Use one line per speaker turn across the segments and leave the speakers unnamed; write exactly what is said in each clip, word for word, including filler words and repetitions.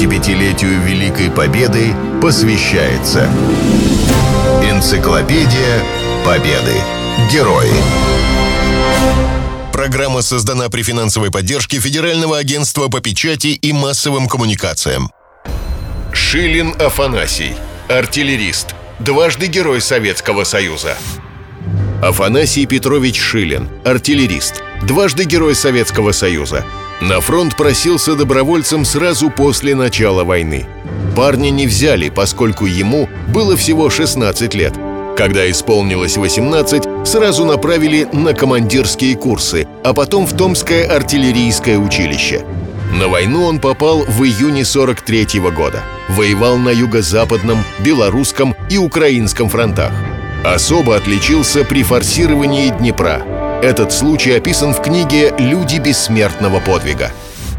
семидесятипятилетию Великой Победы посвящается Энциклопедия Победы. Герои. Программа создана при финансовой поддержке Федерального агентства по печати и массовым коммуникациям. Шилин Афанасий, артиллерист, дважды Герой Советского Союза. Афанасий Петрович Шилин, артиллерист, дважды Герой Советского Союза. На фронт просился добровольцем сразу после начала войны. Парня не взяли, поскольку ему было всего шестнадцать лет. Когда исполнилось восемнадцать, сразу направили на командирские курсы, а потом в Томское артиллерийское училище. На войну он попал в июне сорок третьего года. Воевал на юго-западном, белорусском и украинском фронтах. Особо отличился при форсировании Днепра. Этот случай описан в книге «Люди бессмертного подвига».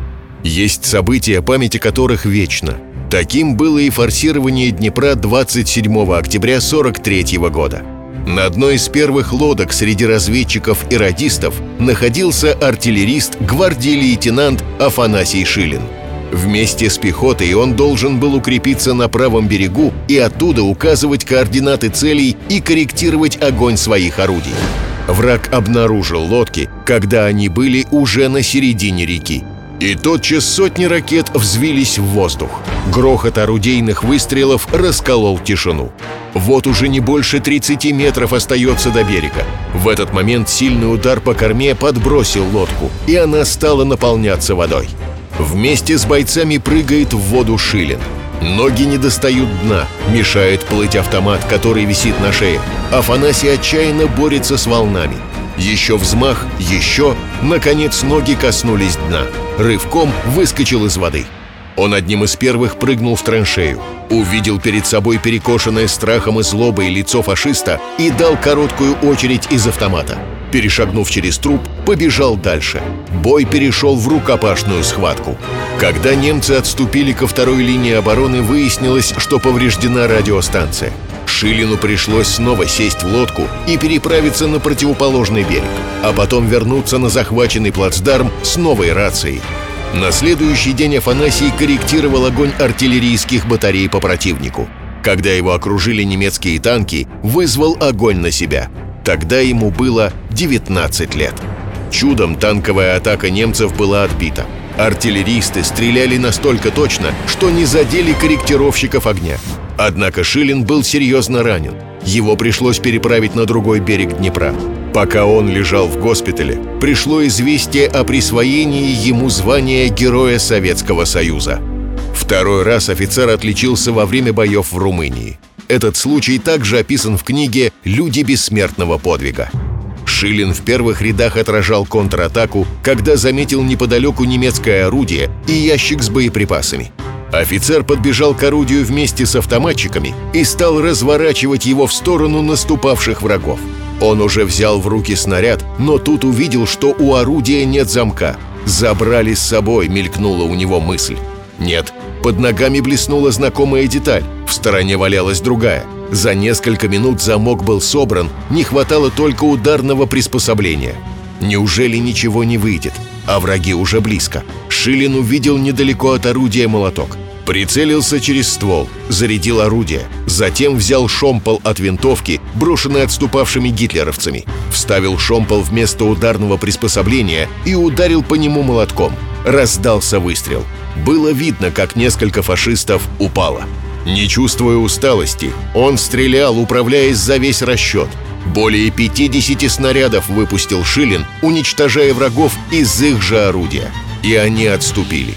Есть события, память о которых вечна. Таким было и форсирование Днепра двадцать седьмого октября сорок третьего года. На одной из первых лодок среди разведчиков и радистов находился артиллерист, гвардии лейтенант Афанасий Шилин. Вместе с пехотой он должен был укрепиться на правом берегу и оттуда указывать координаты целей и корректировать огонь своих орудий. Враг обнаружил лодки, когда они были уже на середине реки. И тотчас сотни ракет взвились в воздух. Грохот орудийных выстрелов расколол тишину. Вот уже не больше тридцати метров остается до берега. В этот момент сильный удар по корме подбросил лодку, и она стала наполняться водой. Вместе с бойцами прыгает в воду Шилин. Ноги не достают дна, мешает плыть автомат, который висит на шее. Афанасий отчаянно борется с волнами. Еще взмах, еще, наконец ноги коснулись дна. Рывком выскочил из воды. Он одним из первых прыгнул в траншею, увидел перед собой перекошенное страхом и злобой лицо фашиста и дал короткую очередь из автомата. Перешагнув через труп, побежал дальше. Бой перешел в рукопашную схватку. Когда немцы отступили ко второй линии обороны, выяснилось, что повреждена радиостанция. Шилину пришлось снова сесть в лодку и переправиться на противоположный берег, а потом вернуться на захваченный плацдарм с новой рацией. На следующий день Афанасий корректировал огонь артиллерийских батарей по противнику. Когда его окружили немецкие танки, вызвал огонь на себя. Тогда ему было девятнадцать лет. Чудом танковая атака немцев была отбита. Артиллеристы стреляли настолько точно, что не задели корректировщиков огня. Однако Шилин был серьезно ранен. Его пришлось переправить на другой берег Днепра. Пока он лежал в госпитале, пришло известие о присвоении ему звания Героя Советского Союза. Второй раз офицер отличился во время боев в Румынии. Этот случай также описан в книге «Люди бессмертного подвига». Шилин в первых рядах отражал контратаку, когда заметил неподалеку немецкое орудие и ящик с боеприпасами. Офицер подбежал к орудию вместе с автоматчиками и стал разворачивать его в сторону наступавших врагов. Он уже взял в руки снаряд, но тут увидел, что у орудия нет замка. «Забрали с собой», — мелькнула у него мысль. Нет, под ногами блеснула знакомая деталь, в стороне валялась другая. За несколько минут замок был собран, не хватало только ударного приспособления. Неужели ничего не выйдет? А враги уже близко. Шилин увидел недалеко от орудия молоток. Прицелился через ствол, зарядил орудие. Затем взял шомпол от винтовки, брошенный отступавшими гитлеровцами. Вставил шомпол вместо ударного приспособления и ударил по нему молотком. Раздался выстрел. Было видно, как несколько фашистов упало. Не чувствуя усталости, он стрелял, управляясь за весь расчет. Более пятидесяти снарядов выпустил Шилин, уничтожая врагов из их же орудия. И они отступили.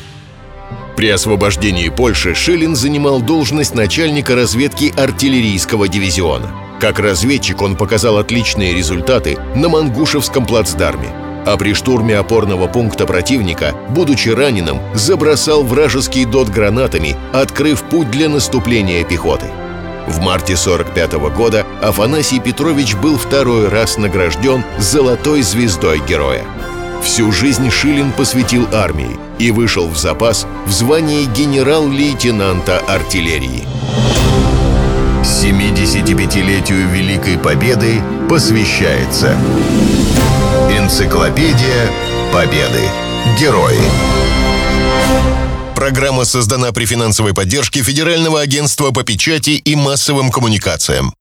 При освобождении Польши Шилин занимал должность начальника разведки артиллерийского дивизиона. Как разведчик он показал отличные результаты на Мангушевском плацдарме. А при штурме опорного пункта противника, будучи раненым, забросал вражеский дот гранатами, открыв путь для наступления пехоты. В марте сорок пятого года Афанасий Петрович был второй раз награжден Золотой звездой Героя. Всю жизнь Шилин посвятил армии и вышел в запас в звании генерал-лейтенанта артиллерии. семидесятипятилетию Великой Победы посвящается Энциклопедия Победы. Герои. Программа создана при финансовой поддержке Федерального агентства по печати и массовым коммуникациям.